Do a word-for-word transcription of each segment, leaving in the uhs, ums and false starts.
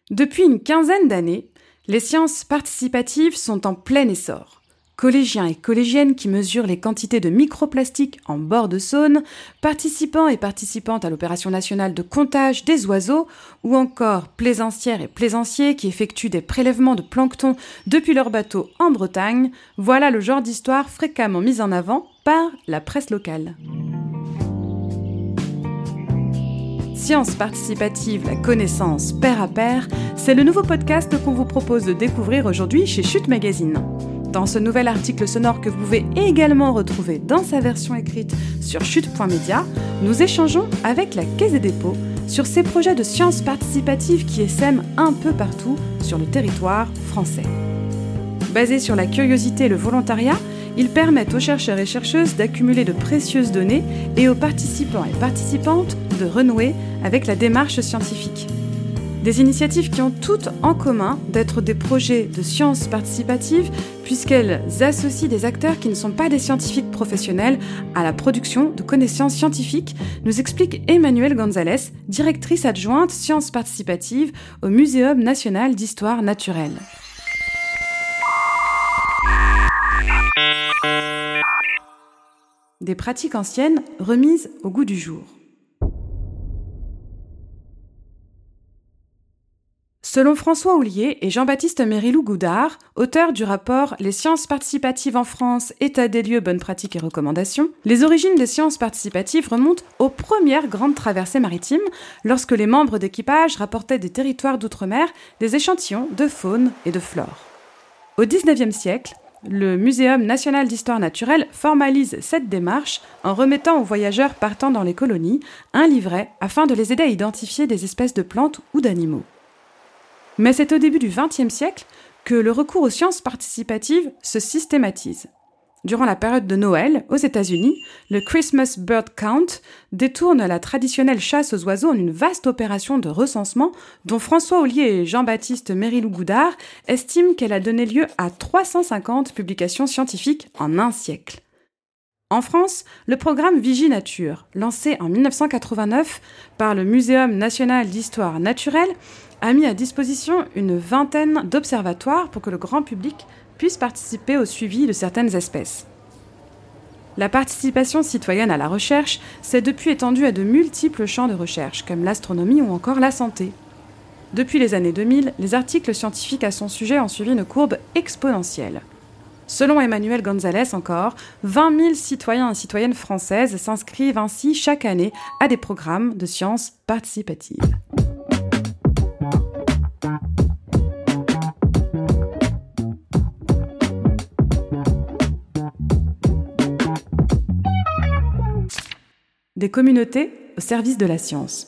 Depuis une quinzaine d'années, les sciences participatives sont en plein essor. Collégiens et collégiennes qui mesurent les quantités de microplastiques en bord de Saône, participants et participantes à l'opération nationale de comptage des oiseaux, ou encore plaisancières et plaisanciers qui effectuent des prélèvements de plancton depuis leur bateau en Bretagne, voilà le genre d'histoire fréquemment mise en avant par la presse locale. Sciences participatives, la connaissance pair à pair, c'est le nouveau podcast qu'on vous propose de découvrir aujourd'hui chez Chute Magazine. Dans ce nouvel article sonore que vous pouvez également retrouver dans sa version écrite sur chute point media, nous échangeons avec la Caisse des dépôts sur ces projets de sciences participatives qui essaiment un peu partout sur le territoire français. Basés sur la curiosité et le volontariat, ils permettent aux chercheurs et chercheuses d'accumuler de précieuses données et aux participants et participantes de renouer avec la démarche scientifique. Des initiatives qui ont toutes en commun d'être des projets de sciences participatives puisqu'elles associent des acteurs qui ne sont pas des scientifiques professionnels à la production de connaissances scientifiques, nous explique Emmanuelle Gonzalez, directrice adjointe sciences participatives au Muséum national d'histoire naturelle. Des pratiques anciennes remises au goût du jour. Selon François Houllier et Jean-Baptiste Mérilou-Goudard, auteurs du rapport « Les sciences participatives en France, état des lieux, bonnes pratiques et recommandations », les origines des sciences participatives remontent aux premières grandes traversées maritimes, lorsque les membres d'équipage rapportaient des territoires d'outre-mer des échantillons de faune et de flore. Au dix-neuvième siècle, le Muséum national d'histoire naturelle formalise cette démarche en remettant aux voyageurs partant dans les colonies un livret afin de les aider à identifier des espèces de plantes ou d'animaux. Mais c'est au début du vingtième siècle que le recours aux sciences participatives se systématise. Durant la période de Noël, aux États-Unis, le Christmas Bird Count détourne la traditionnelle chasse aux oiseaux en une vaste opération de recensement dont François Houllier et Jean-Baptiste Mérilou-Goudard estiment qu'elle a donné lieu à trois cent cinquante publications scientifiques en un siècle. En France, le programme Viginature, lancé en dix-neuf cent quatre-vingt-neuf par le Muséum national d'histoire naturelle, a mis à disposition une vingtaine d'observatoires pour que le grand public puisse participer au suivi de certaines espèces. La participation citoyenne à la recherche s'est depuis étendue à de multiples champs de recherche, comme l'astronomie ou encore la santé. Depuis les années deux mille, les articles scientifiques à son sujet ont suivi une courbe exponentielle. Selon Emmanuelle Gonzalez encore, vingt mille citoyens et citoyennes françaises s'inscrivent ainsi chaque année à des programmes de sciences participatives. Des communautés au service de la science.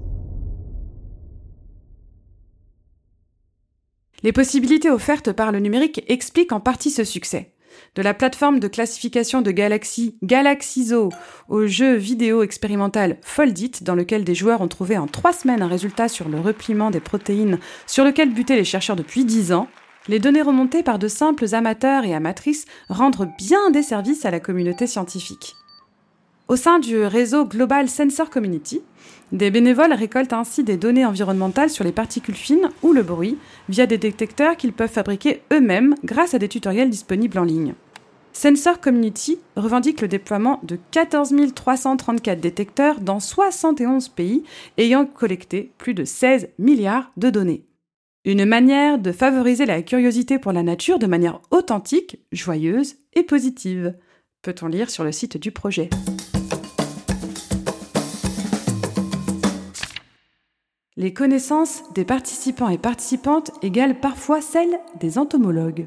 Les possibilités offertes par le numérique expliquent en partie ce succès. De la plateforme de classification de galaxies Galaxizo au jeu vidéo expérimental Foldit, dans lequel des joueurs ont trouvé en trois semaines un résultat sur le repliement des protéines sur lequel butaient les chercheurs depuis dix ans, les données remontées par de simples amateurs et amatrices rendent bien des services à la communauté scientifique. Au sein du réseau Global Sensor Community, des bénévoles récoltent ainsi des données environnementales sur les particules fines ou le bruit via des détecteurs qu'ils peuvent fabriquer eux-mêmes grâce à des tutoriels disponibles en ligne. Sensor Community revendique le déploiement de quatorze mille trois cent trente-quatre détecteurs dans soixante et onze pays ayant collecté plus de seize milliards de données. Une manière de favoriser la curiosité pour la nature de manière authentique, joyeuse et positive, peut-on lire sur le site du projet. Les connaissances des participants et participantes égalent parfois celles des entomologues.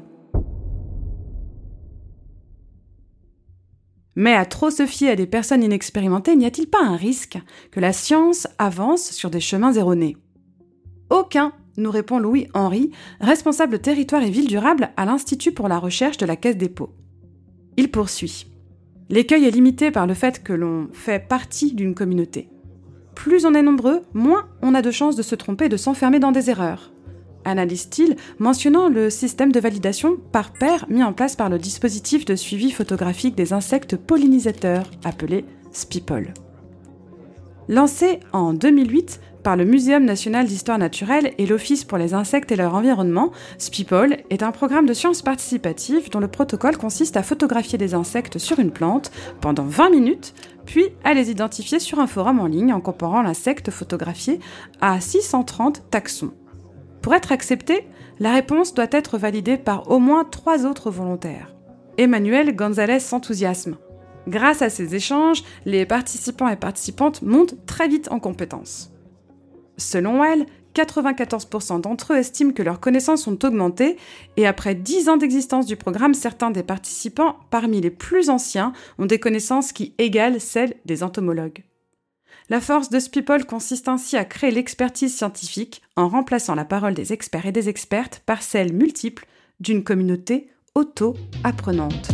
Mais à trop se fier à des personnes inexpérimentées, n'y a-t-il pas un risque que la science avance sur des chemins erronés ? Aucun, nous répond Louis Henry, responsable territoire et ville durable à l'Institut pour la recherche de la Caisse des dépôts. Il poursuit. L'écueil est limité par le fait que l'on fait partie d'une communauté. Plus on est nombreux, moins on a de chances de se tromper et de s'enfermer dans des erreurs. Analyse-t-il, mentionnant le système de validation par pair mis en place par le dispositif de suivi photographique des insectes pollinisateurs, appelé SPIPOL. Lancé en deux mille huit par le Muséum national d'histoire naturelle et l'Office pour les insectes et leur environnement, SPIPOL est un programme de sciences participatives dont le protocole consiste à photographier des insectes sur une plante pendant vingt minutes, puis à les identifier sur un forum en ligne en comparant l'insecte photographié à six cent trente taxons. Pour être accepté, la réponse doit être validée par au moins trois autres volontaires. Emmanuel Gonzalez s'enthousiasme. Grâce à ces échanges, les participants et participantes montent très vite en compétences. Selon elle, quatre-vingt-quatorze pour cent d'entre eux estiment que leurs connaissances ont augmenté et après dix ans d'existence du programme, certains des participants, parmi les plus anciens, ont des connaissances qui égalent celles des entomologues. La force de SPIPOL consiste ainsi à créer l'expertise scientifique en remplaçant la parole des experts et des expertes par celle multiple d'une communauté auto-apprenante.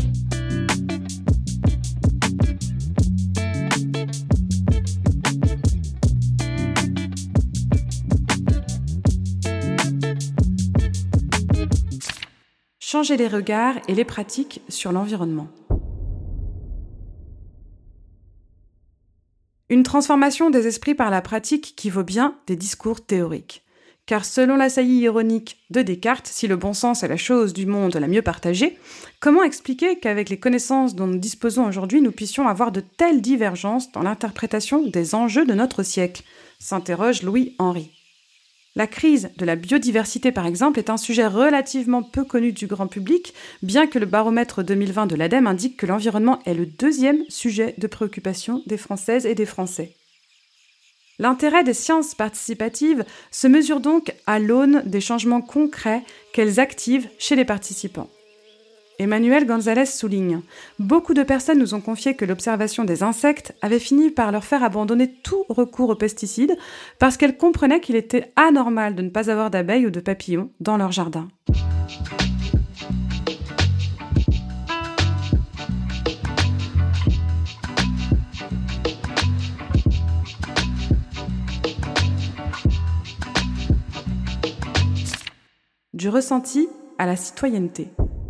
Changer les regards et les pratiques sur l'environnement. Une transformation des esprits par la pratique qui vaut bien des discours théoriques. Car selon la saillie ironique de Descartes, si le bon sens est la chose du monde la mieux partagée, comment expliquer qu'avec les connaissances dont nous disposons aujourd'hui, nous puissions avoir de telles divergences dans l'interprétation des enjeux de notre siècle ? S'interroge Louis Henry. La crise de la biodiversité, par exemple, est un sujet relativement peu connu du grand public, bien que le baromètre deux mille vingt de l'ADEME indique que l'environnement est le deuxième sujet de préoccupation des Françaises et des Français. L'intérêt des sciences participatives se mesure donc à l'aune des changements concrets qu'elles activent chez les participants. Emmanuel Gonzalez souligne « Beaucoup de personnes nous ont confié que l'observation des insectes avait fini par leur faire abandonner tout recours aux pesticides parce qu'elles comprenaient qu'il était anormal de ne pas avoir d'abeilles ou de papillons dans leur jardin. » Du ressenti à la citoyenneté.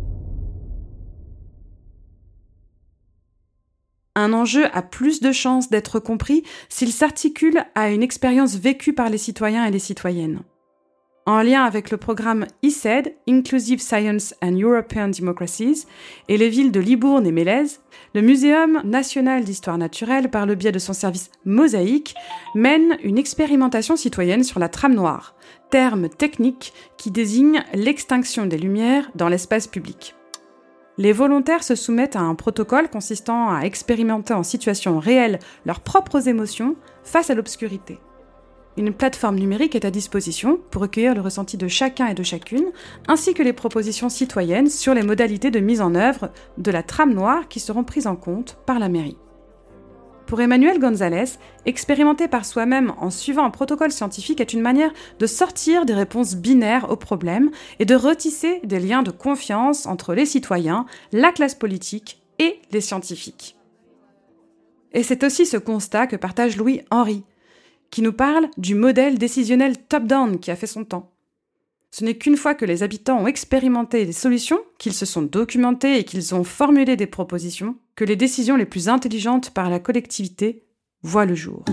Un enjeu a plus de chances d'être compris s'il s'articule à une expérience vécue par les citoyens et les citoyennes. En lien avec le programme I C E D, Inclusive Science and European Democracies, et les villes de Libourne et Mélèze, le Muséum national d'histoire naturelle, par le biais de son service Mosaïque, mène une expérimentation citoyenne sur la trame noire, terme technique qui désigne l'extinction des lumières dans l'espace public. Les volontaires se soumettent à un protocole consistant à expérimenter en situation réelle leurs propres émotions face à l'obscurité. Une plateforme numérique est à disposition pour recueillir le ressenti de chacun et de chacune, ainsi que les propositions citoyennes sur les modalités de mise en œuvre de la trame noire qui seront prises en compte par la mairie. Pour Emmanuel Gonzalez, expérimenter par soi-même en suivant un protocole scientifique est une manière de sortir des réponses binaires aux problèmes et de retisser des liens de confiance entre les citoyens, la classe politique et les scientifiques. Et c'est aussi ce constat que partage Louis Henry, qui nous parle du modèle décisionnel top-down qui a fait son temps. Ce n'est qu'une fois que les habitants ont expérimenté des solutions, qu'ils se sont documentés et qu'ils ont formulé des propositions, que les décisions les plus intelligentes par la collectivité voient le jour.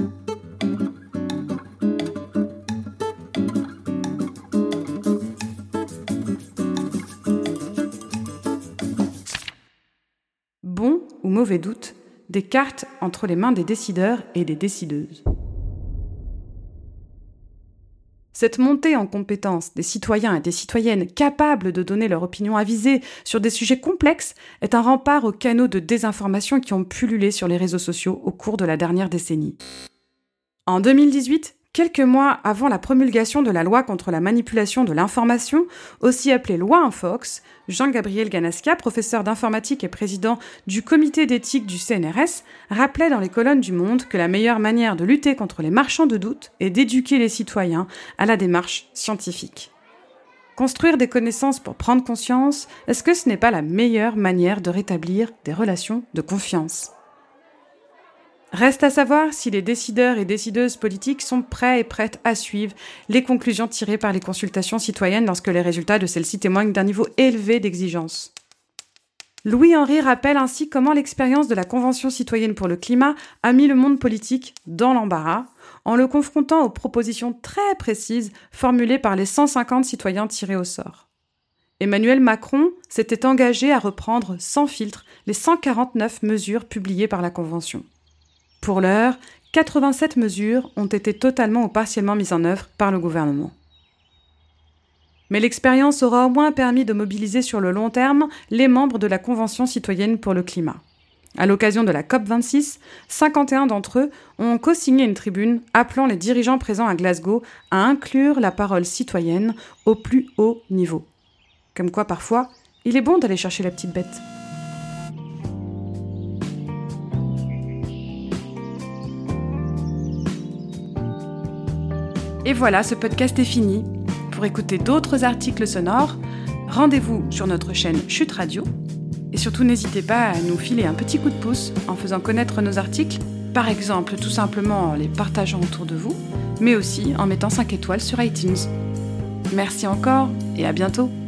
Bon ou mauvais doute, des cartes entre les mains des décideurs et des décideuses. Cette montée en compétence des citoyens et des citoyennes capables de donner leur opinion avisée sur des sujets complexes est un rempart aux canaux de désinformation qui ont pullulé sur les réseaux sociaux au cours de la dernière décennie. En deux mille dix-huit, quelques mois avant la promulgation de la loi contre la manipulation de l'information, aussi appelée loi Infox, Jean-Gabriel Ganaskia, professeur d'informatique et président du comité d'éthique du C N R S, rappelait dans les colonnes du Monde que la meilleure manière de lutter contre les marchands de doute est d'éduquer les citoyens à la démarche scientifique. Construire des connaissances pour prendre conscience, est-ce que ce n'est pas la meilleure manière de rétablir des relations de confiance ? Reste à savoir si les décideurs et décideuses politiques sont prêts et prêtes à suivre les conclusions tirées par les consultations citoyennes lorsque les résultats de celles-ci témoignent d'un niveau élevé d'exigence. Louis Henry rappelle ainsi comment l'expérience de la Convention citoyenne pour le climat a mis le monde politique dans l'embarras, en le confrontant aux propositions très précises formulées par les cent cinquante citoyens tirés au sort. Emmanuel Macron s'était engagé à reprendre sans filtre les cent quarante-neuf mesures publiées par la Convention. Pour l'heure, quatre-vingt-sept mesures ont été totalement ou partiellement mises en œuvre par le gouvernement. Mais l'expérience aura au moins permis de mobiliser sur le long terme les membres de la Convention citoyenne pour le climat. À l'occasion de la COP vingt-six, cinquante et un d'entre eux ont co-signé une tribune appelant les dirigeants présents à Glasgow à inclure la parole citoyenne au plus haut niveau. Comme quoi, parfois, il est bon d'aller chercher la petite bête. Et voilà, ce podcast est fini. Pour écouter d'autres articles sonores, rendez-vous sur notre chaîne Chute Radio. Et surtout, n'hésitez pas à nous filer un petit coup de pouce en faisant connaître nos articles, par exemple tout simplement en les partageant autour de vous, mais aussi en mettant cinq étoiles sur iTunes. Merci encore et à bientôt.